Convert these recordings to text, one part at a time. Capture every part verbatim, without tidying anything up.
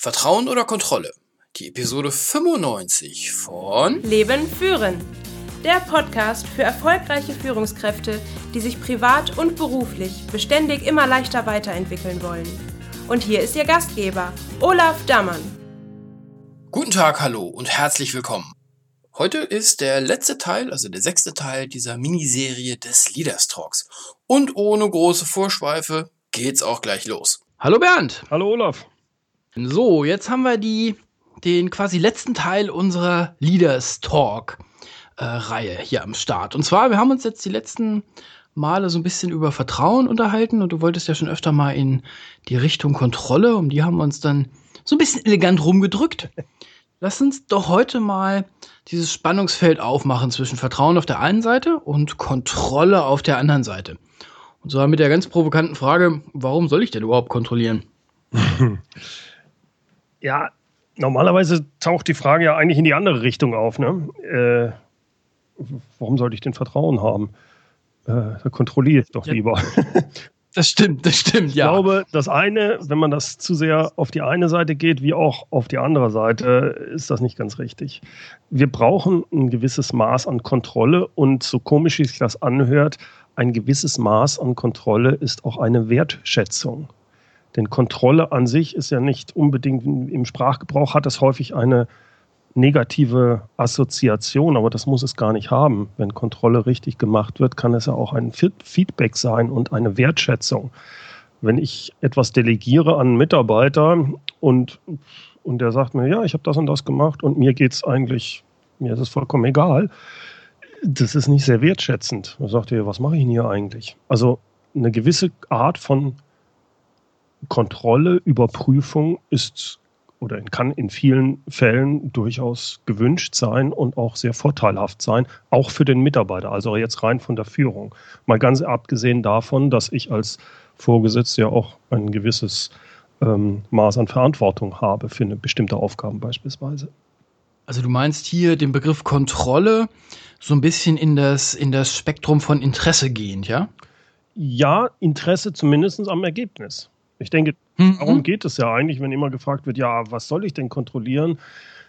Vertrauen oder Kontrolle? Die Episode fünfundneunzig von Leben führen. Der Podcast für erfolgreiche Führungskräfte, die sich privat und beruflich beständig immer leichter weiterentwickeln wollen. Und hier ist Ihr Gastgeber, Olaf Dammann. Guten Tag, hallo und herzlich willkommen. Heute ist der letzte Teil, also der sechste Teil dieser Miniserie des Leaders Talks. Und ohne große Vorschweife geht's auch gleich los. Hallo Bernd. Hallo Olaf. So, jetzt haben wir die, den quasi letzten Teil unserer Leaders Talk äh, Reihe hier am Start. Und zwar, wir haben uns jetzt die letzten Male so ein bisschen über Vertrauen unterhalten und du wolltest ja schon öfter mal in die Richtung Kontrolle, um die haben wir uns dann so ein bisschen elegant rumgedrückt. Lass uns doch heute mal dieses Spannungsfeld aufmachen zwischen Vertrauen auf der einen Seite und Kontrolle auf der anderen Seite. Und zwar mit der ganz provokanten Frage, warum soll ich denn überhaupt kontrollieren? Ja, normalerweise taucht die Frage ja eigentlich in die andere Richtung auf. Ne? Äh, warum sollte ich denn Vertrauen haben? Äh, da kontrolliere ich doch ja, lieber. Das stimmt, das stimmt, ja. Ich glaube, das eine, wenn man das zu sehr auf die eine Seite geht, wie auch auf die andere Seite, ist das nicht ganz richtig. Wir brauchen ein gewisses Maß an Kontrolle und so komisch wie sich das anhört, ein gewisses Maß an Kontrolle ist auch eine Wertschätzung. Denn Kontrolle an sich ist ja nicht unbedingt, im Sprachgebrauch hat es häufig eine negative Assoziation, aber das muss es gar nicht haben. Wenn Kontrolle richtig gemacht wird, kann es ja auch ein Feedback sein und eine Wertschätzung. Wenn ich etwas delegiere an einen Mitarbeiter und, und der sagt mir, ja, ich habe das und das gemacht und mir geht es eigentlich, mir ist es vollkommen egal, das ist nicht sehr wertschätzend. Da sagt er, was mache ich denn hier eigentlich? Also eine gewisse Art von Kontrolle, Überprüfung ist oder kann in vielen Fällen durchaus gewünscht sein und auch sehr vorteilhaft sein, auch für den Mitarbeiter, also jetzt rein von der Führung. Mal ganz abgesehen davon, dass ich als Vorgesetzter ja auch ein gewisses ähm, Maß an Verantwortung habe für eine bestimmte Aufgabe beispielsweise. Also du meinst hier den Begriff Kontrolle so ein bisschen in das, in das Spektrum von Interesse gehend, ja? Ja, Interesse zumindest am Ergebnis. Ich denke, mhm. darum geht es ja eigentlich, wenn immer gefragt wird, ja, was soll ich denn kontrollieren?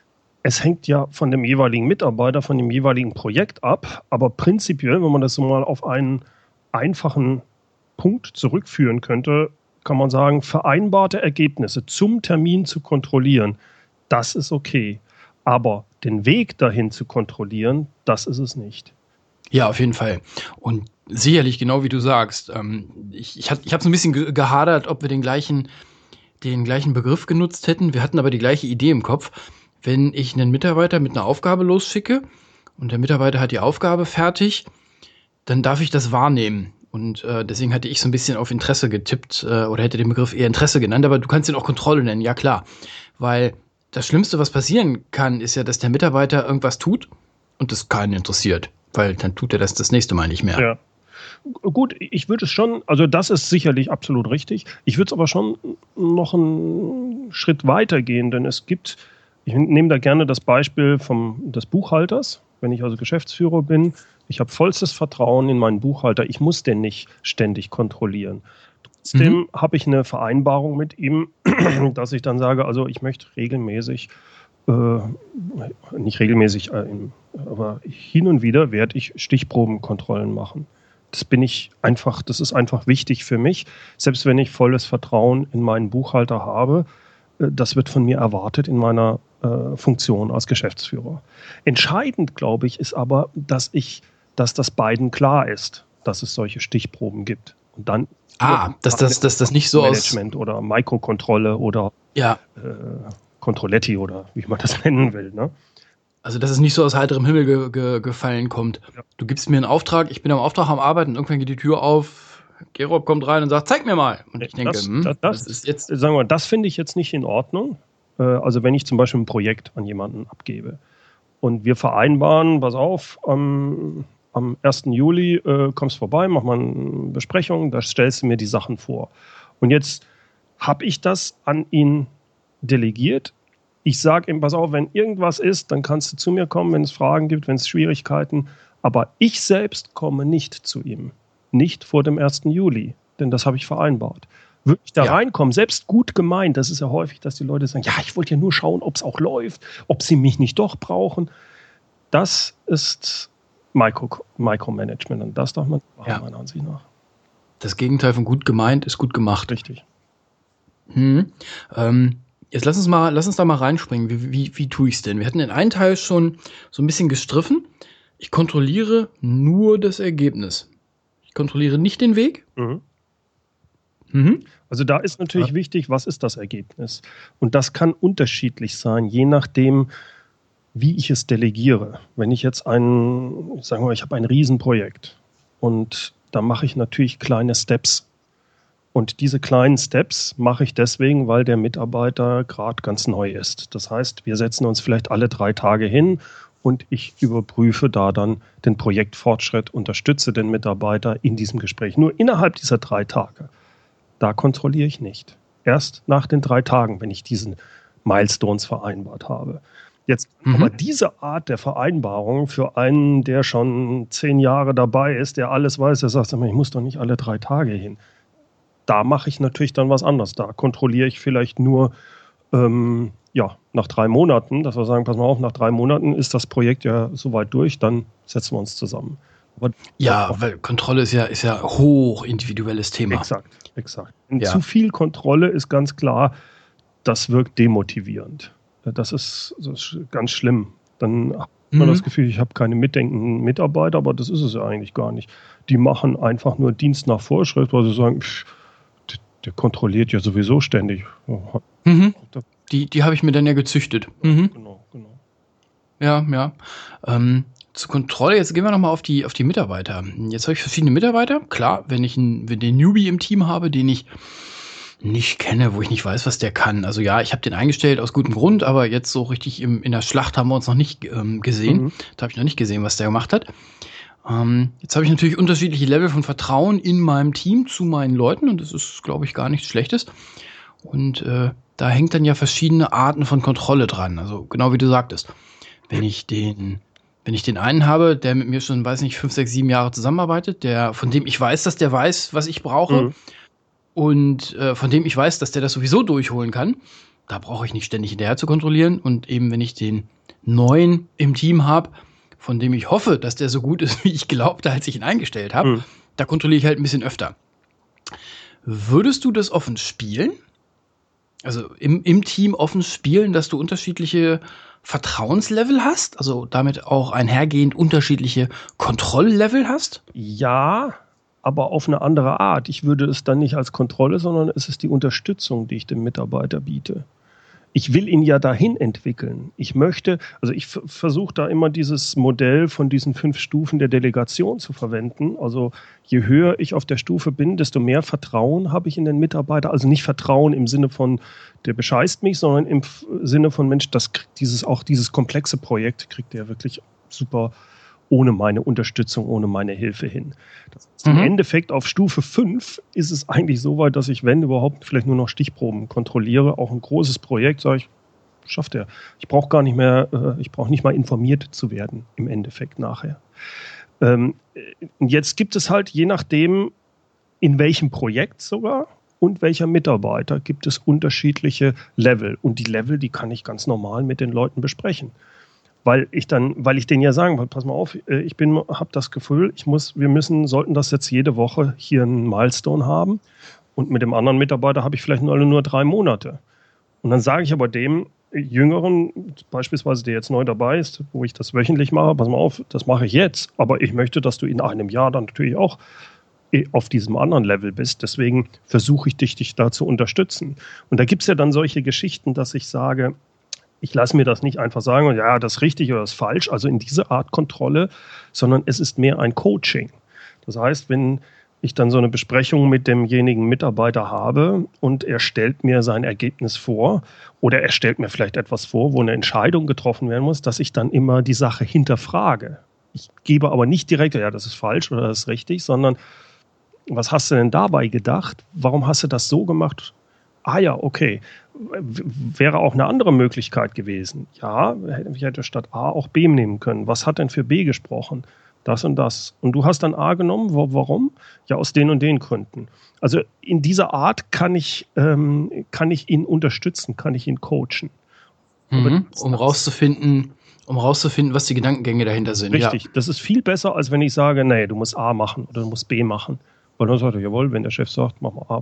Es hängt ja von dem jeweiligen Mitarbeiter, von dem jeweiligen Projekt ab. Aber prinzipiell, wenn man das so mal auf einen einfachen Punkt zurückführen könnte, kann man sagen, vereinbarte Ergebnisse zum Termin zu kontrollieren, das ist okay. Aber den Weg dahin zu kontrollieren, das ist es nicht. Ja, auf jeden Fall. Und sicherlich, genau wie du sagst. Ähm, ich ich, ich habe so ein bisschen ge- gehadert, ob wir den gleichen, den gleichen Begriff genutzt hätten. Wir hatten aber die gleiche Idee im Kopf. Wenn ich einen Mitarbeiter mit einer Aufgabe losschicke und der Mitarbeiter hat die Aufgabe fertig, dann darf ich das wahrnehmen. Und äh, deswegen hatte ich so ein bisschen auf Interesse getippt äh, oder hätte den Begriff eher Interesse genannt. Aber du kannst ihn auch Kontrolle nennen, ja klar. Weil das Schlimmste, was passieren kann, ist ja, dass der Mitarbeiter irgendwas tut und das keinen interessiert. Weil dann tut er das das nächste Mal nicht mehr. Ja. Gut, ich würde es schon, also das ist sicherlich absolut richtig. Ich würde es aber schon noch einen Schritt weiter gehen, denn es gibt, ich nehme da gerne das Beispiel vom, des Buchhalters. Wenn ich also Geschäftsführer bin, ich habe vollstes Vertrauen in meinen Buchhalter, ich muss den nicht ständig kontrollieren. Trotzdem mhm. habe ich eine Vereinbarung mit ihm, dass ich dann sage, also ich möchte regelmäßig Äh, nicht regelmäßig, äh, aber hin und wieder werde ich Stichprobenkontrollen machen. Das bin ich einfach, das ist einfach wichtig für mich. Selbst wenn ich volles Vertrauen in meinen Buchhalter habe, äh, das wird von mir erwartet in meiner äh, Funktion als Geschäftsführer. Entscheidend, glaube ich, ist aber, dass ich, dass das beiden klar ist, dass es solche Stichproben gibt. Und dann ah, dass das, dass das nicht so Management aus oder Mikrokontrolle oder ja. äh, Controletti oder wie man das nennen will. Ne? Also, dass es nicht so aus heiterem Himmel ge- ge- gefallen kommt. Ja. Du gibst mir einen Auftrag, ich bin am Auftrag am Arbeiten und irgendwann geht die Tür auf, Gerob kommt rein und sagt, zeig mir mal. Und ich denke, das, hm, das, das ist jetzt... Sagen wir mal, das finde ich jetzt nicht in Ordnung. Äh, also wenn ich zum Beispiel ein Projekt an jemanden abgebe und wir vereinbaren, pass auf, am, am ersten Juli äh, kommst vorbei, mach mal eine Besprechung, da stellst du mir die Sachen vor. Und jetzt habe ich das an ihn delegiert. Ich sage ihm, pass auf, wenn irgendwas ist, dann kannst du zu mir kommen, wenn es Fragen gibt, wenn es Schwierigkeiten. Aber ich selbst komme nicht zu ihm. Nicht vor dem ersten Juli, denn das habe ich vereinbart. wirklich da Ja. reinkommen, selbst gut gemeint, das ist ja häufig, dass die Leute sagen, ja, ich wollte ja nur schauen, ob es auch läuft, ob sie mich nicht doch brauchen. Das ist Micro, Micromanagement und das darf man machen, Ja. meiner Ansicht nach. Das Gegenteil von gut gemeint ist gut gemacht. Richtig. Hm. Ähm, jetzt lass uns mal, lass uns da mal reinspringen. Wie, wie, wie tue ich es denn? Wir hatten den einen Teil schon so ein bisschen gestriffen. Ich kontrolliere nur das Ergebnis. Ich kontrolliere nicht den Weg. Mhm. Mhm. Also da ist natürlich ja. wichtig, was ist das Ergebnis? Und das kann unterschiedlich sein, je nachdem, wie ich es delegiere. Wenn ich jetzt ein, sagen wir mal, ich habe ein Riesenprojekt und da mache ich natürlich kleine Steps. Und diese kleinen Steps mache ich deswegen, weil der Mitarbeiter gerade ganz neu ist. Das heißt, wir setzen uns vielleicht alle drei Tage hin und ich überprüfe da dann den Projektfortschritt, unterstütze den Mitarbeiter in diesem Gespräch. Nur innerhalb dieser drei Tage. Da kontrolliere ich nicht. Erst nach den drei Tagen, wenn ich diesen Milestones vereinbart habe. Jetzt mhm. aber diese Art der Vereinbarung für einen, der schon zehn Jahre dabei ist, der alles weiß, der sagt, ich muss doch nicht alle drei Tage hin. Da mache ich natürlich dann was anderes. Da kontrolliere ich vielleicht nur ähm, ja, nach drei Monaten, dass wir sagen, pass mal auf, nach drei Monaten ist das Projekt ja soweit durch, dann setzen wir uns zusammen. Aber ja, weil Kontrolle ist ja, ist ja hoch individuelles Thema. Exakt, exakt. Und ja. zu viel Kontrolle ist ganz klar, das wirkt demotivierend. Das ist, das ist ganz schlimm. Dann hat man mhm. das Gefühl, ich habe keine mitdenkenden Mitarbeiter, aber das ist es ja eigentlich gar nicht. Die machen einfach nur Dienst nach Vorschrift, weil sie sagen, pff, der, der kontrolliert ja sowieso ständig. Mhm. Die, die habe ich mir dann ja gezüchtet. Mhm. Genau, genau. Ja, ja. Ähm, zur Kontrolle, jetzt gehen wir nochmal auf die, auf die Mitarbeiter. Jetzt habe ich verschiedene Mitarbeiter. Klar, wenn ich einen, wenn den Newbie im Team habe, den ich nicht kenne, wo ich nicht weiß, was der kann. Also ja, ich habe den eingestellt aus gutem Grund, aber jetzt so richtig im, in der Schlacht haben wir uns noch nicht ähm, gesehen. Mhm. Da habe ich noch nicht gesehen, was der gemacht hat. Ähm, jetzt habe ich natürlich unterschiedliche Level von Vertrauen in meinem Team zu meinen Leuten und das ist, glaube ich, gar nichts Schlechtes. Und äh, da hängt dann ja verschiedene Arten von Kontrolle dran. Also genau wie du sagtest. Wenn ich den, wenn ich den einen habe, der mit mir schon, weiß nicht, fünf, sechs, sieben Jahre zusammenarbeitet, der, von dem ich weiß, dass der weiß, was ich brauche, mhm. und äh, von dem ich weiß, dass der das sowieso durchholen kann, da brauche ich nicht ständig hinterher zu kontrollieren. Und eben, wenn ich den neuen im Team habe, von dem ich hoffe, dass der so gut ist, wie ich glaubte, als ich ihn eingestellt habe, mhm. da kontrolliere ich halt ein bisschen öfter. Würdest du das offen spielen? Also im, im Team offen spielen, dass du unterschiedliche Vertrauenslevel hast? Also damit auch einhergehend unterschiedliche Kontrolllevel hast? Ja, aber auf eine andere Art. Ich würde es dann nicht als Kontrolle, sondern es ist die Unterstützung, die ich dem Mitarbeiter biete. Ich will ihn ja dahin entwickeln. Ich möchte, also ich f- versuche da immer dieses Modell von diesen fünf Stufen der Delegation zu verwenden. Also je höher ich auf der Stufe bin, desto mehr Vertrauen habe ich in den Mitarbeiter. Also nicht Vertrauen im Sinne von, der bescheißt mich, sondern im F- Sinne von, Mensch, das kriegt dieses, auch dieses komplexe Projekt kriegt der wirklich super ohne meine Unterstützung, ohne meine Hilfe hin. Das heißt, mhm. Im Endeffekt auf Stufe fünf ist es eigentlich so weit, dass ich, wenn überhaupt, vielleicht nur noch Stichproben kontrolliere. Auch ein großes Projekt, sage ich, schafft er. Ich brauche gar nicht mehr, äh, ich brauche nicht mal informiert zu werden, im Endeffekt nachher. Ähm, jetzt gibt es halt, je nachdem, in welchem Projekt sogar und welcher Mitarbeiter, gibt es unterschiedliche Level. Und die Level, die kann ich ganz normal mit den Leuten besprechen. Weil ich dann, weil ich denen ja sagen, pass mal auf, ich bin, habe das Gefühl, ich muss, wir müssen, sollten das jetzt jede Woche hier einen Milestone haben und mit dem anderen Mitarbeiter habe ich vielleicht nur, nur drei Monate. Und dann sage ich aber dem Jüngeren, beispielsweise der jetzt neu dabei ist, wo ich das wöchentlich mache, pass mal auf, das mache ich jetzt, aber ich möchte, dass du in einem Jahr dann natürlich auch auf diesem anderen Level bist. Deswegen versuche ich dich, dich da zu unterstützen. Und da gibt es ja dann solche Geschichten, dass ich sage, ich lasse mir das nicht einfach sagen, ja, das ist richtig oder das ist falsch, also in diese Art Kontrolle, sondern es ist mehr ein Coaching. Das heißt, wenn ich dann so eine Besprechung mit demjenigen Mitarbeiter habe und er stellt mir sein Ergebnis vor oder er stellt mir vielleicht etwas vor, wo eine Entscheidung getroffen werden muss, dass ich dann immer die Sache hinterfrage. Ich gebe aber nicht direkt, ja, das ist falsch oder das ist richtig, sondern was hast du denn dabei gedacht? Warum hast du das so gemacht? Ah ja, okay. Wäre auch eine andere Möglichkeit gewesen. Ja, ich hätte statt A auch B nehmen können. Was hat denn für B gesprochen? das und das. Und du hast dann A genommen, wo, warum? Ja, aus den und den Gründen. Also in dieser Art kann ich, ähm, kann ich ihn unterstützen, kann ich ihn coachen. Mhm, um rauszufinden, um rauszufinden, was die Gedankengänge dahinter sind. Richtig, ja. Das ist viel besser, als wenn ich sage, nee, du musst A machen oder du musst B machen. Weil dann sagt er, jawohl, wenn der Chef sagt, mach mal A.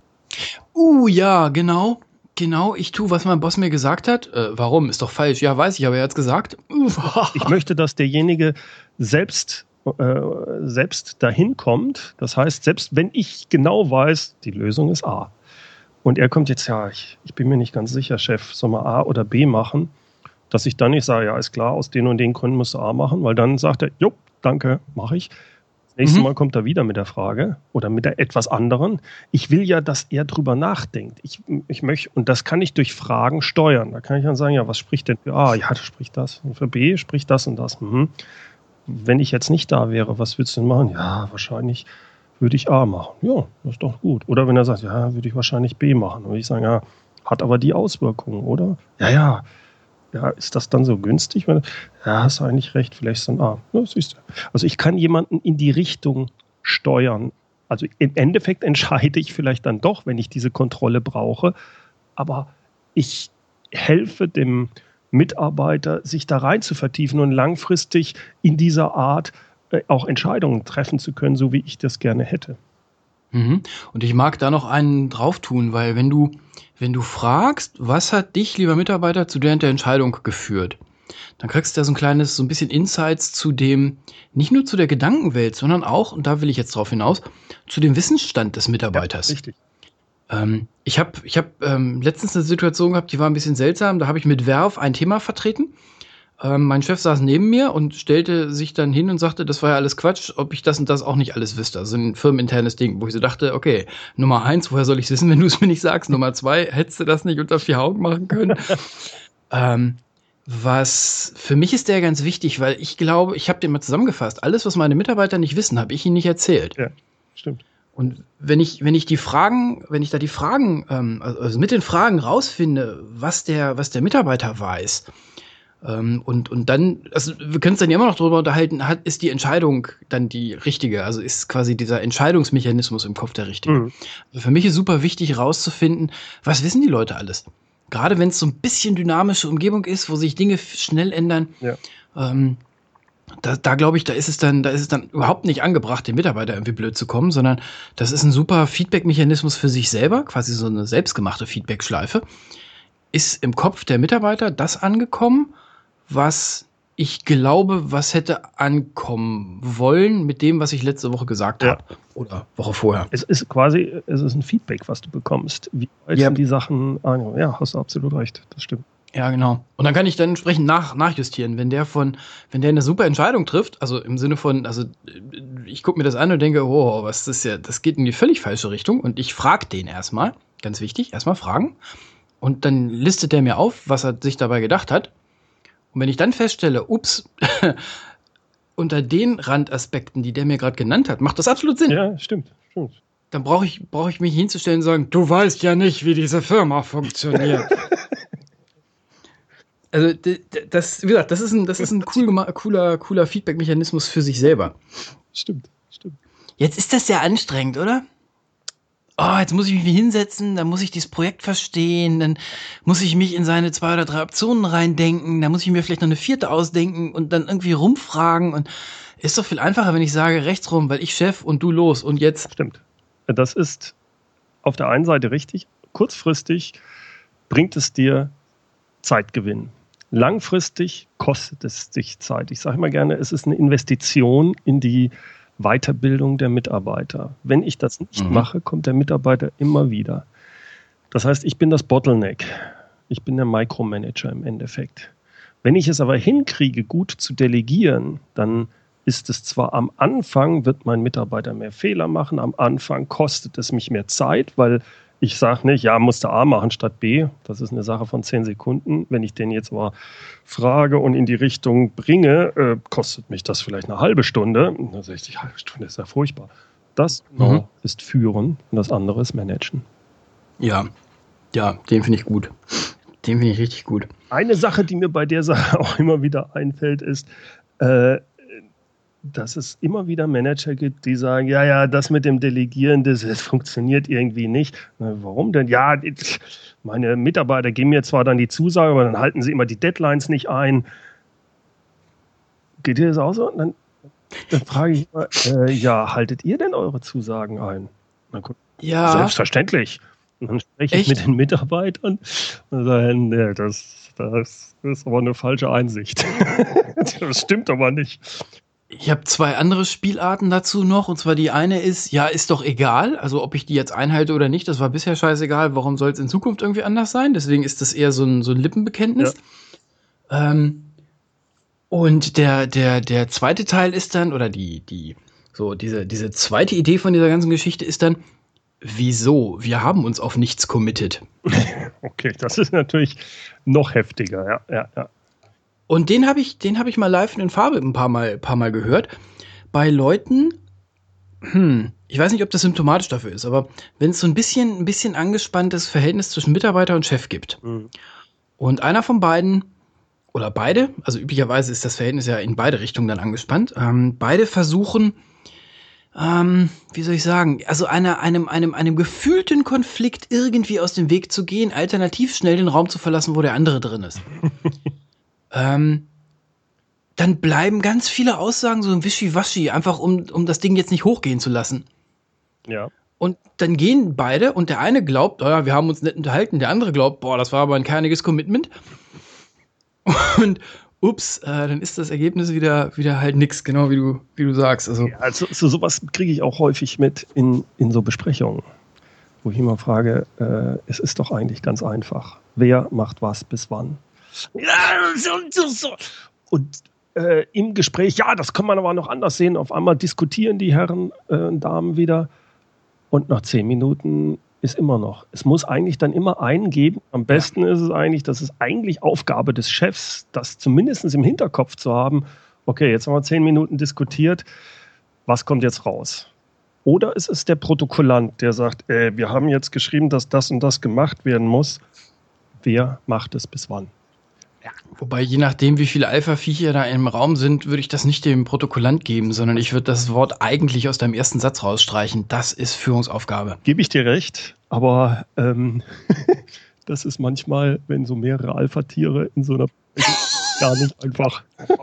Uh, ja, genau. Genau, ich tue, was mein Boss mir gesagt hat. Äh, warum? Ist doch falsch. Ja, weiß ich, aber er hat es gesagt. Ich möchte, dass derjenige selbst, äh, selbst dahin kommt. Das heißt, selbst wenn ich genau weiß, die Lösung ist A. Und er kommt jetzt, ja, ich, ich bin mir nicht ganz sicher, Chef, soll man A oder B machen? Dass ich dann nicht sage, ja, ist klar, aus den und den Gründen musst du A machen, weil dann sagt er, jo, danke, mache ich. Nächstes Mal kommt er wieder mit der Frage oder mit der etwas anderen. Ich will ja, dass er drüber nachdenkt. Ich, ich möchte, und das kann ich durch Fragen steuern. Da kann ich dann sagen, ja, was spricht denn für A? Ja, das spricht das. Und für B spricht das und das. Mhm. Wenn ich jetzt nicht da wäre, was würdest du denn machen? Ja, wahrscheinlich würde ich A machen. Ja, das ist doch gut. Oder wenn er sagt, ja, würde ich wahrscheinlich B machen. Dann würde ich sagen, ja, hat aber die Auswirkungen, oder? Ja, ja. Ja, ist das dann so günstig? Ja, hast du eigentlich recht, vielleicht ist dann A. Ja, siehst du. Also ich kann jemanden in die Richtung steuern. Also im Endeffekt entscheide ich vielleicht dann doch, wenn ich diese Kontrolle brauche. Aber ich helfe dem Mitarbeiter, sich da rein zu vertiefen und langfristig in dieser Art äh, auch Entscheidungen treffen zu können, so wie ich das gerne hätte. Mhm. Und ich mag da noch einen drauf tun, weil wenn du Wenn du fragst, was hat dich, lieber Mitarbeiter, zu der und der Entscheidung geführt, dann kriegst du ja so ein kleines, so ein bisschen Insights zu dem, nicht nur zu der Gedankenwelt, sondern auch, und da will ich jetzt drauf hinaus, zu dem Wissensstand des Mitarbeiters. Ja, richtig. Ähm, ich habe ich hab, ähm, letztens eine Situation gehabt, die war ein bisschen seltsam. Da habe ich mit Verve ein Thema vertreten. Ähm, mein Chef saß neben mir und stellte sich dann hin und sagte, das war ja alles Quatsch, ob ich das und das auch nicht alles wüsste. Also ein firmeninternes Ding, wo ich so dachte, okay, Nummer eins, woher soll ich es wissen, wenn du es mir nicht sagst? Nummer zwei, hättest du das nicht unter vier Augen machen können? ähm, was für mich ist der ganz wichtig, weil ich glaube, ich habe den mal zusammengefasst. Alles, was meine Mitarbeiter nicht wissen, habe ich ihnen nicht erzählt. Ja, stimmt. Und wenn ich, wenn ich die Fragen, wenn ich da die Fragen, ähm, also mit den Fragen rausfinde, was der, was der Mitarbeiter weiß, ähm, und, und dann, also wir können uns dann ja immer noch darüber unterhalten, hat, ist die Entscheidung dann die richtige? Also ist quasi dieser Entscheidungsmechanismus im Kopf der richtige? Mhm. Also für mich ist super wichtig rauszufinden, was wissen die Leute alles? Gerade wenn es so ein bisschen dynamische Umgebung ist, wo sich Dinge schnell ändern, ja. ähm, Da, da glaube ich, da ist es dann, da ist es dann überhaupt nicht angebracht, dem Mitarbeiter irgendwie blöd zu kommen, sondern das ist ein super Feedback-Mechanismus für sich selber, quasi so eine selbstgemachte Feedback-Schleife. Ist im Kopf der Mitarbeiter das angekommen, was ich glaube, was hätte ankommen wollen mit dem, was ich letzte Woche gesagt ja. habe oder Woche vorher. Es ist quasi, es ist ein Feedback, was du bekommst. Wie weit Ja. sind die Sachen? Ja, hast du absolut recht, das stimmt. Ja, genau. Und dann kann ich dann entsprechend nach, nachjustieren, wenn der von, wenn der eine super Entscheidung trifft, also im Sinne von, also ich gucke mir das an und denke, oh, was das ist ja, das geht in die völlig falsche Richtung und ich frage den erstmal, ganz wichtig, erstmal fragen und dann listet der mir auf, was er sich dabei gedacht hat. Und wenn ich dann feststelle, ups, unter den Randaspekten, die der mir gerade genannt hat, macht das absolut Sinn. Ja, stimmt, stimmt. Dann brauche ich, brauche ich mich hinzustellen und sagen, du weißt ja nicht, wie diese Firma funktioniert. Also das, wie gesagt, das ist ein, das ist ein cool gema- cooler, cooler Feedback-Mechanismus für sich selber. Stimmt, stimmt. Jetzt ist das ja anstrengend, oder? Oh, jetzt muss ich mich hinsetzen, dann muss ich dieses Projekt verstehen, dann muss ich mich in seine zwei oder drei Optionen reindenken, dann muss ich mir vielleicht noch eine vierte ausdenken und dann irgendwie rumfragen und ist doch viel einfacher, wenn ich sage, rechts rum, weil ich Chef und du los und jetzt. Stimmt. Das ist auf der einen Seite richtig, kurzfristig bringt es dir Zeitgewinn. Langfristig kostet es dich Zeit. Ich sage immer gerne, es ist eine Investition in die Weiterbildung der Mitarbeiter. Wenn ich das nicht mhm. mache, kommt der Mitarbeiter immer wieder. Das heißt, ich bin das Bottleneck. Ich bin der Micromanager im Endeffekt. Wenn ich es aber hinkriege, gut zu delegieren, dann ist es zwar am Anfang, wird mein Mitarbeiter mehr Fehler machen, am Anfang kostet es mich mehr Zeit, weil ich sage nicht, ja, musste A machen statt B. Das ist eine Sache von zehn Sekunden. Wenn ich den jetzt aber frage und in die Richtung bringe, äh, kostet mich das vielleicht eine halbe Stunde. Und dann sage ich, die halbe Stunde ist ja furchtbar. Das genau mhm. ist Führen und das andere ist Managen. Ja, ja, den finde ich gut. Den finde ich richtig gut. Eine Sache, die mir bei der Sache auch immer wieder einfällt, ist, äh, dass es immer wieder Manager gibt, die sagen, ja, ja, das mit dem Delegieren, das, das funktioniert irgendwie nicht. Na, warum denn? Ja, meine Mitarbeiter geben mir zwar dann die Zusage, aber dann halten sie immer die Deadlines nicht ein. Geht dir das auch so? Dann, dann frage ich mal, äh, ja, haltet ihr denn eure Zusagen ein? Na gut, Ja. Selbstverständlich. Und dann spreche ich Echt? mit den Mitarbeitern und sage, nee, das, das ist aber eine falsche Einsicht. Das stimmt aber nicht. Ich habe zwei andere Spielarten dazu noch. Und zwar die eine ist, ja, ist doch egal. Also ob ich die jetzt einhalte oder nicht, das war bisher scheißegal. Warum soll es in Zukunft irgendwie anders sein? Deswegen ist das eher so ein, so ein Lippenbekenntnis. Ja. Ähm, und der, der, der zweite Teil ist dann, oder die, die, so diese, diese zweite Idee von dieser ganzen Geschichte ist dann, wieso? Wir haben uns auf nichts committed. Okay, das ist natürlich noch heftiger, ja, ja, ja. Und den habe ich, den habe ich mal live in Farbe ein paar Mal, paar Mal gehört. Bei Leuten, hm, ich weiß nicht, ob das symptomatisch dafür ist, aber wenn es so ein bisschen, ein bisschen angespanntes Verhältnis zwischen Mitarbeiter und Chef gibt mhm. und einer von beiden oder beide, also üblicherweise ist das Verhältnis ja in beide Richtungen dann angespannt, ähm, beide versuchen, ähm, wie soll ich sagen, also einer, einem, einem, einem gefühlten Konflikt irgendwie aus dem Weg zu gehen, alternativ schnell den Raum zu verlassen, wo der andere drin ist. ähm, dann bleiben ganz viele Aussagen so ein Wischiwaschi, einfach um, um das Ding jetzt nicht hochgehen zu lassen. Ja. Und dann gehen beide und der eine glaubt, oh ja, wir haben uns nett unterhalten, der andere glaubt, boah, das war aber ein kerniges Commitment. Und ups, äh, dann ist das Ergebnis wieder, wieder halt nix, genau wie du, wie du sagst. Also, ja, also so, sowas kriege ich auch häufig mit in, in so Besprechungen, wo ich immer frage, äh, es ist doch eigentlich ganz einfach. Wer macht was bis wann? Ja, so, so, so. Und äh, im Gespräch, ja, das kann man aber noch anders sehen. Auf einmal diskutieren die Herren äh, und Damen wieder und nach zehn Minuten ist immer noch. Es muss eigentlich dann immer einen geben. Am besten ja. ist es eigentlich, das ist eigentlich Aufgabe des Chefs, das zumindest im Hinterkopf zu haben, okay, jetzt haben wir zehn Minuten diskutiert, was kommt jetzt raus? Oder ist es der Protokollant, der sagt, äh, wir haben jetzt geschrieben, dass das und das gemacht werden muss. Wer macht es bis wann? Ja. Wobei, je nachdem, wie viele Alpha-Viecher da im Raum sind, würde ich das nicht dem Protokollant geben, sondern ich würde das Wort eigentlich aus deinem ersten Satz rausstreichen. Das ist Führungsaufgabe. Gebe ich dir recht, aber ähm, das ist manchmal, wenn so mehrere Alpha-Tiere in so einer gar nicht einfach.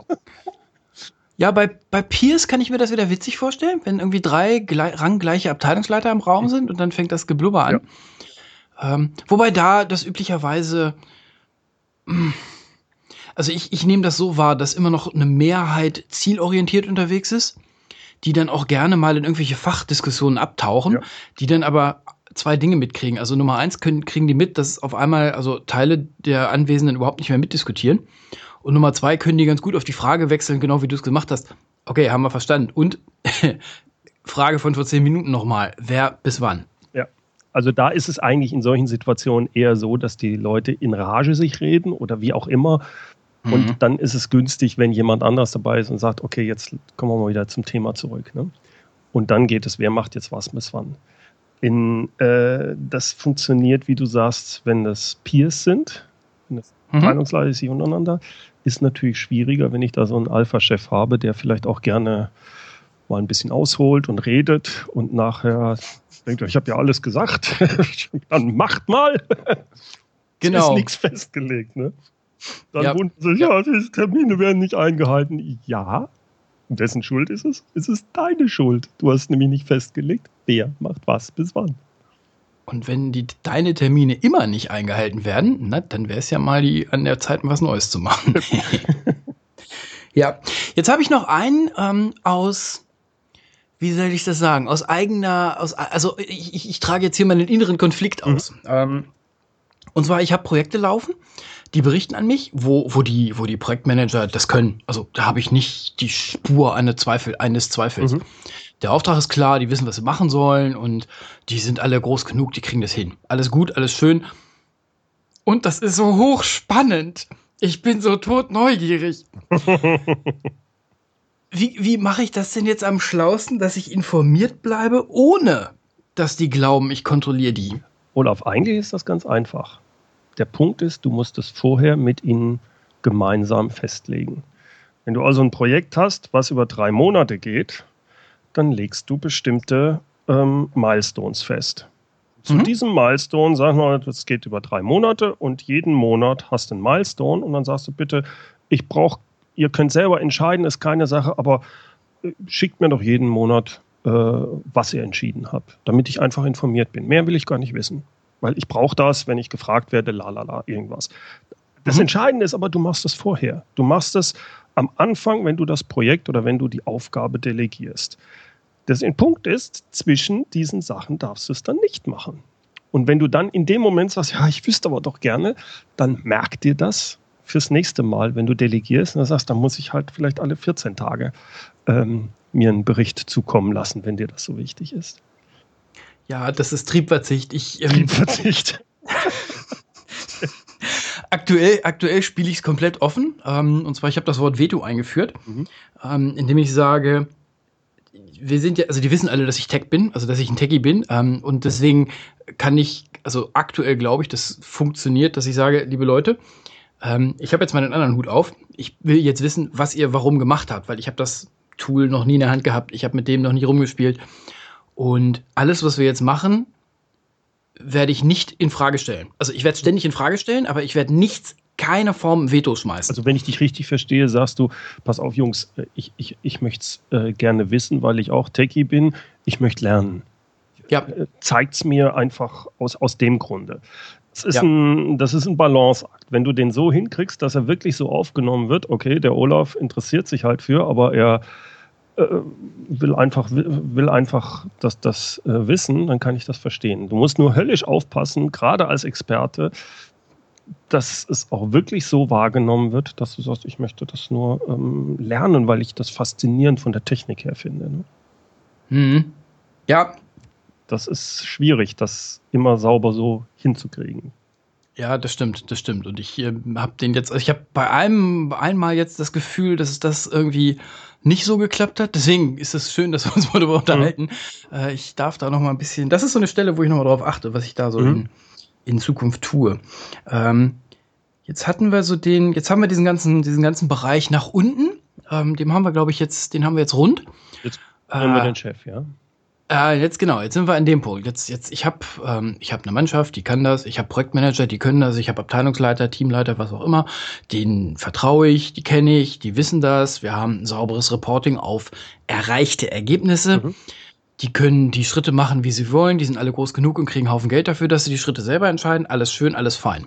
Ja, bei, bei Peers kann ich mir das wieder witzig vorstellen, wenn irgendwie drei gle- ranggleiche Abteilungsleiter im Raum sind und dann fängt das Geblubber an. Ja. Ähm, wobei da das üblicherweise mh, Also ich, ich nehme das so wahr, dass immer noch eine Mehrheit zielorientiert unterwegs ist, die dann auch gerne mal in irgendwelche Fachdiskussionen abtauchen, ja. die dann aber zwei Dinge mitkriegen. Also Nummer eins können, kriegen die mit, dass auf einmal also Teile der Anwesenden überhaupt nicht mehr mitdiskutieren. Und Nummer zwei können die ganz gut auf die Frage wechseln, genau wie du es gemacht hast. Okay, haben wir verstanden. Und Frage von vor zehn Minuten nochmal. Wer bis wann? Ja, also da ist es eigentlich in solchen Situationen eher so, dass die Leute in Rage sich reden oder wie auch immer. Und mhm. dann ist es günstig, wenn jemand anders dabei ist und sagt, okay, jetzt kommen wir mal wieder zum Thema zurück. Ne? Und dann geht es, wer macht jetzt was bis wann? In, äh, das funktioniert, wie du sagst, wenn das Peers sind, wenn das mhm. Abteilungsleiter sich untereinander, ist natürlich schwieriger, wenn ich da so einen Alpha-Chef habe, der vielleicht auch gerne mal ein bisschen ausholt und redet und nachher denkt, ich habe ja alles gesagt, dann macht mal. Genau. Ist nichts festgelegt, ne? Dann ja. wundern sich, ja, diese Termine werden nicht eingehalten. Ja, wessen Schuld ist es? Es ist deine Schuld. Du hast nämlich nicht festgelegt, wer macht was bis wann. Und wenn die, deine Termine immer nicht eingehalten werden, na, dann wäre es ja mal die, an der Zeit, was Neues zu machen. Ja, jetzt habe ich noch einen ähm, aus, wie soll ich das sagen, aus eigener, aus, also ich, ich, ich trage jetzt hier mal einen inneren Konflikt aus. Mhm. Ähm, und zwar, ich habe Projekte laufen, die berichten an mich, wo, wo, die, wo die Projektmanager das können. Also da habe ich nicht die Spur eine Zweifel, eines Zweifels. Mhm. Der Auftrag ist klar, die wissen, was sie machen sollen und die sind alle groß genug, die kriegen das hin. Alles gut, alles schön. Und das ist so hochspannend. Ich bin so todneugierig. Wie, wie mache ich das denn jetzt am schlausten, dass ich informiert bleibe, ohne dass die glauben, ich kontrolliere die? Olaf, eigentlich ist das ganz einfach. Der Punkt ist, du musst es vorher mit ihnen gemeinsam festlegen. Wenn du also ein Projekt hast, was über drei Monate geht, dann legst du bestimmte ähm, Milestones fest. Zu Mhm. diesem Milestone, sagen wir, das geht über drei Monate und jeden Monat hast du einen Milestone und dann sagst du bitte, ich brauche, ihr könnt selber entscheiden, ist keine Sache, aber äh, schickt mir doch jeden Monat, äh, was ihr entschieden habt, damit ich einfach informiert bin. Mehr will ich gar nicht wissen, weil ich brauche das, wenn ich gefragt werde, lalala, irgendwas. Das Mhm. Entscheidende ist aber, du machst es vorher. Du machst es am Anfang, wenn du das Projekt oder wenn du die Aufgabe delegierst. Der Punkt ist, zwischen diesen Sachen darfst du es dann nicht machen. Und wenn du dann in dem Moment sagst, ja, ich wüsste aber doch gerne, dann merk dir das fürs nächste Mal, wenn du delegierst und dann sagst, dann muss ich halt vielleicht alle vierzehn Tage ähm, mir einen Bericht zukommen lassen, wenn dir das so wichtig ist. Ja, das ist Triebverzicht. Ich, ähm, Triebverzicht. aktuell aktuell spiele ich es komplett offen. Ähm, und zwar, ich habe das Wort Veto eingeführt, Mhm. ähm, indem ich sage, wir sind ja, also die wissen alle, dass ich Tech bin, also dass ich ein Techie bin. Ähm, und deswegen kann ich, also aktuell glaube ich, das funktioniert, dass ich sage, liebe Leute, ähm, ich habe jetzt mal einen anderen Hut auf. Ich will jetzt wissen, was ihr warum gemacht habt, weil ich habe das Tool noch nie in der Hand gehabt. Ich habe mit dem noch nie rumgespielt. Und alles, was wir jetzt machen, werde ich nicht in Frage stellen. Also ich werde es ständig in Frage stellen, aber ich werde nichts, keine Form Veto schmeißen. Also wenn ich dich richtig verstehe, sagst du, pass auf Jungs, ich, ich, ich möchte es äh, gerne wissen, weil ich auch Techie bin, ich möchte lernen. Ja. Äh, Zeigt es mir einfach aus, aus dem Grunde. Das ist, Ja. ein, das ist ein Balanceakt. Wenn du den so hinkriegst, dass er wirklich so aufgenommen wird, okay, der Olaf interessiert sich halt für, aber er äh, will einfach, will einfach das, das äh, wissen, dann kann ich das verstehen. Du musst nur höllisch aufpassen, gerade als Experte, dass es auch wirklich so wahrgenommen wird, dass du sagst, ich möchte das nur ähm, lernen, weil ich das faszinierend von der Technik her finde. Ne? Mhm. Ja, Das ist schwierig, das immer sauber so hinzukriegen. ja, das stimmt, das stimmt. Und ich äh, habe den jetzt, also ich habe bei einem einmal jetzt das Gefühl, dass das irgendwie nicht so geklappt hat. Deswegen ist es schön, dass wir uns mal darüber unterhalten. Mhm. Äh, ich darf da noch mal ein bisschen, das ist so eine Stelle, wo ich noch mal drauf achte, was ich da so mhm. in, in Zukunft tue. Ähm, jetzt hatten wir so den, jetzt haben wir diesen ganzen, diesen ganzen Bereich nach unten. Ähm, dem haben wir, glaube ich, jetzt, den haben wir jetzt rund. Jetzt haben äh, wir den Chef, ja. Äh, jetzt genau, jetzt sind wir an dem Punkt. Jetzt, jetzt, ich habe ähm, ich hab eine Mannschaft, die kann das. Ich habe Projektmanager, die können das. Ich habe Abteilungsleiter, Teamleiter, was auch immer. Denen vertraue ich, die kenne ich, die wissen das. Wir haben ein sauberes Reporting auf erreichte Ergebnisse. Mhm. Die können die Schritte machen, wie sie wollen. Die sind alle groß genug und kriegen einen Haufen Geld dafür, dass sie die Schritte selber entscheiden. Alles schön, alles fein.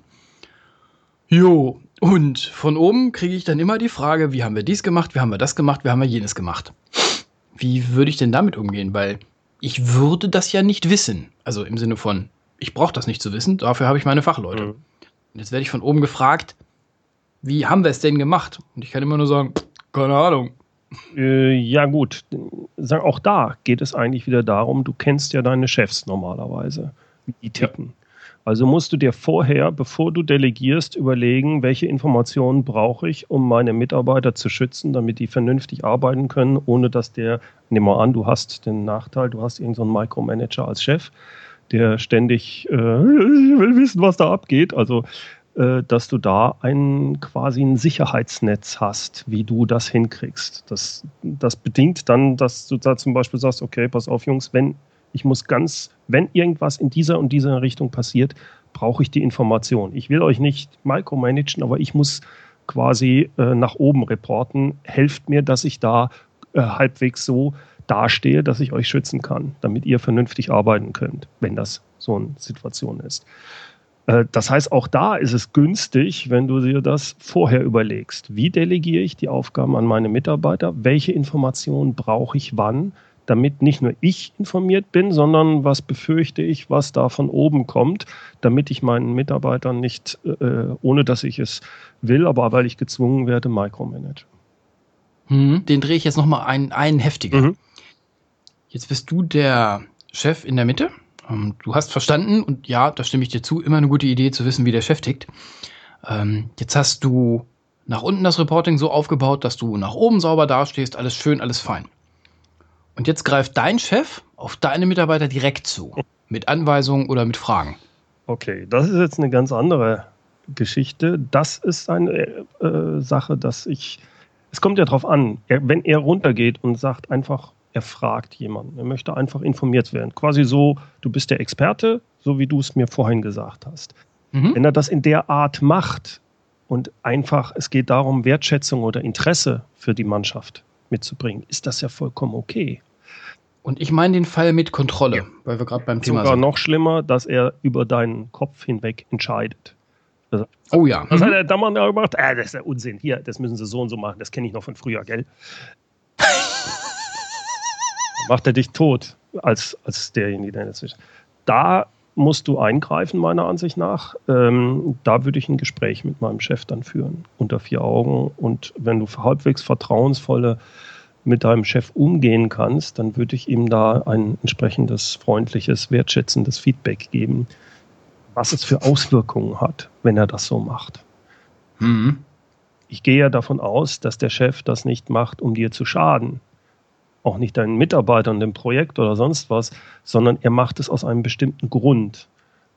Jo, und von oben kriege ich dann immer die Frage, wie haben wir dies gemacht, wie haben wir das gemacht, wie haben wir jenes gemacht. Wie würde ich denn damit umgehen? Weil ich würde das ja nicht wissen. Also im Sinne von, ich brauche das nicht zu wissen, dafür habe ich meine Fachleute. Mhm. Und jetzt werde ich von oben gefragt, wie haben wir es denn gemacht? Und ich kann immer nur sagen, keine Ahnung. Äh, ja gut, auch da geht es eigentlich wieder darum, du kennst ja deine Chefs normalerweise, wie die ticken. Ja. Also musst du dir vorher, bevor du delegierst, überlegen, welche Informationen brauche ich, um meine Mitarbeiter zu schützen, damit die vernünftig arbeiten können, ohne dass der, nimm mal an, du hast den Nachteil, du hast irgendeinen so Micromanager als Chef, der ständig äh, will wissen, was da abgeht. Also, äh, dass du da ein quasi ein Sicherheitsnetz hast, wie du das hinkriegst. Das, das bedingt dann, dass du da zum Beispiel sagst, okay, pass auf, Jungs, wenn Ich muss ganz, wenn irgendwas in dieser und dieser Richtung passiert, brauche ich die Information. Ich will euch nicht micromanagen, aber ich muss quasi äh, nach oben reporten. Helft mir, dass ich da äh, halbwegs so dastehe, dass ich euch schützen kann, damit ihr vernünftig arbeiten könnt, wenn das so eine Situation ist. Äh, das heißt, auch da ist es günstig, wenn du dir das vorher überlegst. Wie delegiere ich die Aufgaben an meine Mitarbeiter? Welche Informationen brauche ich wann? Damit nicht nur ich informiert bin, sondern was befürchte ich, was da von oben kommt, damit ich meinen Mitarbeitern nicht, äh, ohne dass ich es will, aber weil ich gezwungen werde, micromanage. Hm, den drehe ich jetzt nochmal einen, einen heftiger. Mhm. Jetzt bist du der Chef in der Mitte. Ähm, du hast verstanden, und ja, da stimme ich dir zu, immer eine gute Idee zu wissen, wie der Chef tickt. Ähm, jetzt hast du nach unten das Reporting so aufgebaut, dass du nach oben sauber dastehst, alles schön, alles fein. Und jetzt greift dein Chef auf deine Mitarbeiter direkt zu, mit Anweisungen oder mit Fragen. Okay, das ist jetzt eine ganz andere Geschichte. Das ist eine äh, Sache, dass ich Es kommt ja drauf an, er, wenn er runtergeht und sagt einfach, er fragt jemanden, er möchte einfach informiert werden. Quasi so, du bist der Experte, so wie du es mir vorhin gesagt hast. Mhm. Wenn er das in der Art macht und einfach, es geht darum, Wertschätzung oder Interesse für die Mannschaft mitzubringen, ist das ja vollkommen okay. Und ich meine den Fall mit Kontrolle, ja. weil wir gerade beim Thema Sogar sind. noch schlimmer, dass er über deinen Kopf hinweg entscheidet. Also, oh ja. Was mhm. hat der Dammann da gemacht? Äh, das ist der Unsinn. Hier, das müssen sie so und so machen. Das kenne ich noch von früher, gell? Macht er dich tot als, als derjenige, der dazwischen. Da musst du eingreifen, meiner Ansicht nach. Ähm, da würde ich ein Gespräch mit meinem Chef dann führen, unter vier Augen. Und wenn du halbwegs vertrauensvolle mit deinem Chef umgehen kannst, dann würde ich ihm da ein entsprechendes, freundliches, wertschätzendes Feedback geben, was es für Auswirkungen hat, wenn er das so macht. Mhm. Ich gehe ja davon aus, dass der Chef das nicht macht, um dir zu schaden. Auch nicht deinen Mitarbeitern, dem Projekt oder sonst was, sondern er macht es aus einem bestimmten Grund.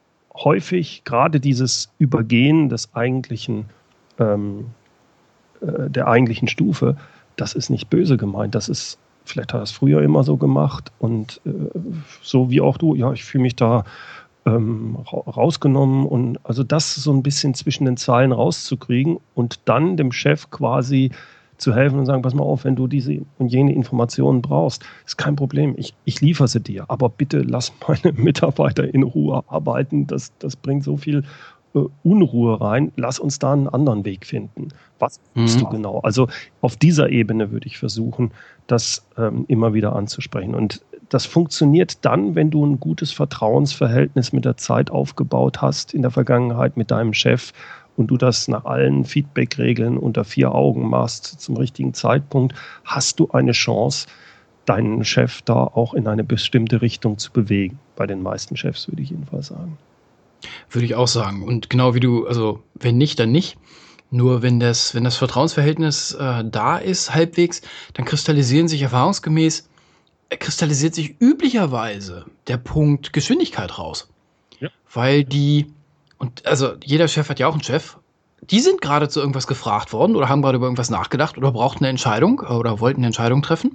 Häufig gerade dieses Übergehen des eigentlichen, ähm, äh, der eigentlichen Stufe, das ist nicht böse gemeint. Das ist, vielleicht hat er es früher immer so gemacht und äh, so wie auch du, ja, ich fühle mich da ähm, rausgenommen und also das so ein bisschen zwischen den Zeilen rauszukriegen und dann dem Chef quasi zu helfen und sagen, pass mal auf, wenn du diese und jene Informationen brauchst, ist kein Problem, ich, ich liefere sie dir, aber bitte lass meine Mitarbeiter in Ruhe arbeiten, das, das bringt so viel äh, Unruhe rein, lass uns da einen anderen Weg finden. Was willst mhm. du genau? Also auf dieser Ebene würde ich versuchen, das ähm, immer wieder anzusprechen und das funktioniert dann, wenn du ein gutes Vertrauensverhältnis mit der Zeit aufgebaut hast in der Vergangenheit mit deinem Chef und du das nach allen Feedback-Regeln unter vier Augen machst zum richtigen Zeitpunkt, hast du eine Chance, deinen Chef da auch in eine bestimmte Richtung zu bewegen. Bei den meisten Chefs würde ich jedenfalls sagen. Würde ich auch sagen. Und genau wie du, also wenn nicht, dann nicht. Nur wenn das, wenn das Vertrauensverhältnis äh, da ist, halbwegs, dann kristallisieren sich erfahrungsgemäß, äh, kristallisiert sich üblicherweise der Punkt Geschwindigkeit raus. Ja. Weil die Und also jeder Chef hat ja auch einen Chef. Die sind gerade zu irgendwas gefragt worden oder haben gerade über irgendwas nachgedacht oder brauchten eine Entscheidung oder wollten eine Entscheidung treffen.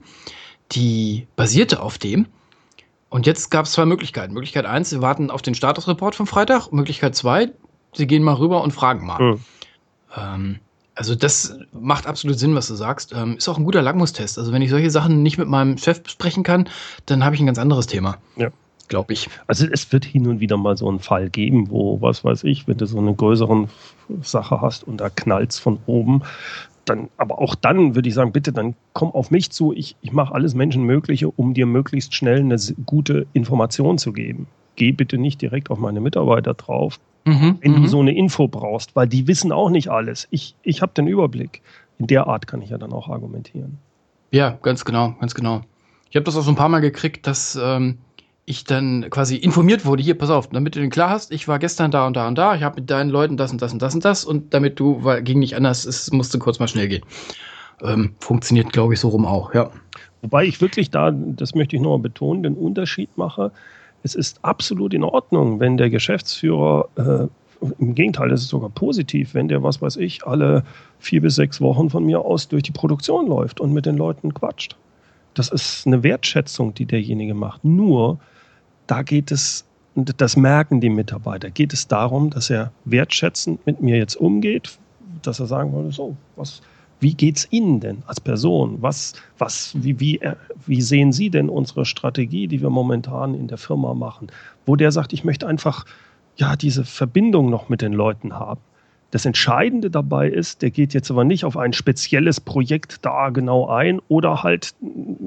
Die basierte auf dem. Und jetzt gab es zwei Möglichkeiten. Möglichkeit eins, sie warten auf den Statusreport vom Freitag. Möglichkeit zwei, sie gehen mal rüber und fragen mal. Mhm. Ähm, also das macht absolut Sinn, was du sagst. Ähm, ist auch ein guter Lackmustest. Also wenn ich solche Sachen nicht mit meinem Chef besprechen kann, dann habe ich ein ganz anderes Thema. Ja. Glaube ich. Also es wird hin und wieder mal so einen Fall geben, wo, was weiß ich, wenn du so eine größere Sache hast und da knallt's von oben, dann, aber auch dann würde ich sagen, bitte, dann komm auf mich zu, ich, ich mache alles Menschenmögliche, um dir möglichst schnell eine gute Information zu geben. Geh bitte nicht direkt auf meine Mitarbeiter drauf, mhm, wenn m- du so eine Info brauchst, weil die wissen auch nicht alles. Ich, ich habe den Überblick. In der Art kann ich ja dann auch argumentieren. Ja, ganz genau, ganz genau. Ich habe das auch so ein paar Mal gekriegt, dass ähm ich dann quasi informiert wurde, hier, pass auf, damit du den klar hast, ich war gestern da und da und da, ich habe mit deinen Leuten das und das und das und das und damit du, weil ging nicht anders, es musste kurz mal schnell gehen. Ähm, funktioniert, glaube ich, so rum auch, ja. Wobei ich wirklich da, das möchte ich nochmal betonen, den Unterschied mache. Es ist absolut in Ordnung, wenn der Geschäftsführer, äh, im Gegenteil, das ist sogar positiv, wenn der, was weiß ich, alle vier bis sechs Wochen von mir aus durch die Produktion läuft und mit den Leuten quatscht. Das ist eine Wertschätzung, die derjenige macht. Nur, da geht es, und das merken die Mitarbeiter, geht es darum, dass er wertschätzend mit mir jetzt umgeht, dass er sagen würde, so, was, wie geht's Ihnen denn als Person? Was, was, wie, wie, wie sehen Sie denn unsere Strategie, die wir momentan in der Firma machen? Wo der sagt, ich möchte einfach, ja, diese Verbindung noch mit den Leuten haben. Das Entscheidende dabei ist, der geht jetzt aber nicht auf ein spezielles Projekt da genau ein oder halt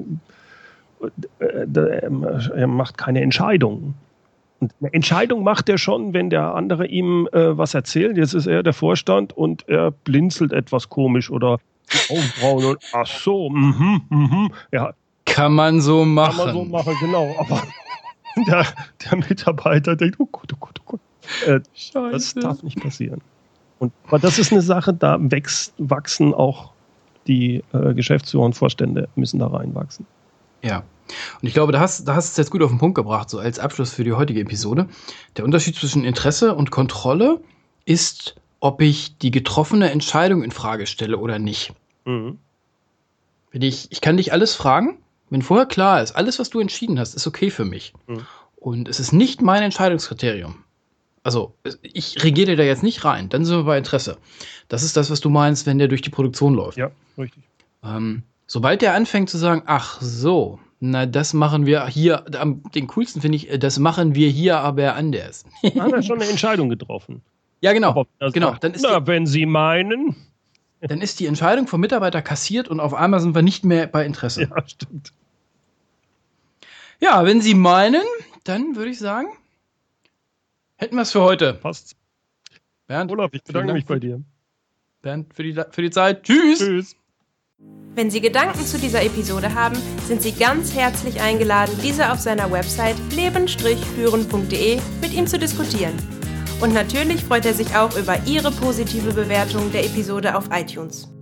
er macht keine Entscheidungen. Und eine Entscheidung macht er schon, wenn der andere ihm äh, was erzählt. Jetzt ist er der Vorstand und er blinzelt etwas komisch oder Augenbrauen und ach so, mhm, mhm. Ja. Kann man so machen. Kann man so machen, genau. Aber der, der Mitarbeiter denkt, oh Gott, oh Gott, oh Gott. Äh, das darf nicht passieren. Und, aber das ist eine Sache, da wächst, wachsen auch die äh, Geschäftsführer und Vorstände müssen da reinwachsen. Ja, und ich glaube, da hast, da hast du es jetzt gut auf den Punkt gebracht, so als Abschluss für die heutige Episode. Der Unterschied zwischen Interesse und Kontrolle ist, ob ich die getroffene Entscheidung in Frage stelle oder nicht. Mhm. Wenn ich, ich kann dich alles fragen, wenn vorher klar ist, alles, was du entschieden hast, ist okay für mich. Mhm. Und es ist nicht mein Entscheidungskriterium. Also, ich regiere da jetzt nicht rein, dann sind wir bei Interesse. Das ist das, was du meinst, wenn der durch die Produktion läuft. Ja, richtig. Ähm, sobald der anfängt zu sagen, ach so, na, das machen wir hier, am, den coolsten finde ich, das machen wir hier aber anders. Da hat er schon eine Entscheidung getroffen. Ja, genau. genau. Dann ist na, die, wenn Sie meinen. Dann ist die Entscheidung vom Mitarbeiter kassiert und auf einmal sind wir nicht mehr bei Interesse. Ja, stimmt. Ja, wenn Sie meinen, dann würde ich sagen, hätten wir es für heute. Passt. Bernd, Olaf, ich bedanke mich bei dir. Bernd, für die, für die Zeit. Tschüss. Tschüss. Wenn Sie Gedanken zu dieser Episode haben, sind Sie ganz herzlich eingeladen, diese auf seiner Website leben führen punkt de mit ihm zu diskutieren. Und natürlich freut er sich auch über Ihre positive Bewertung der Episode auf iTunes.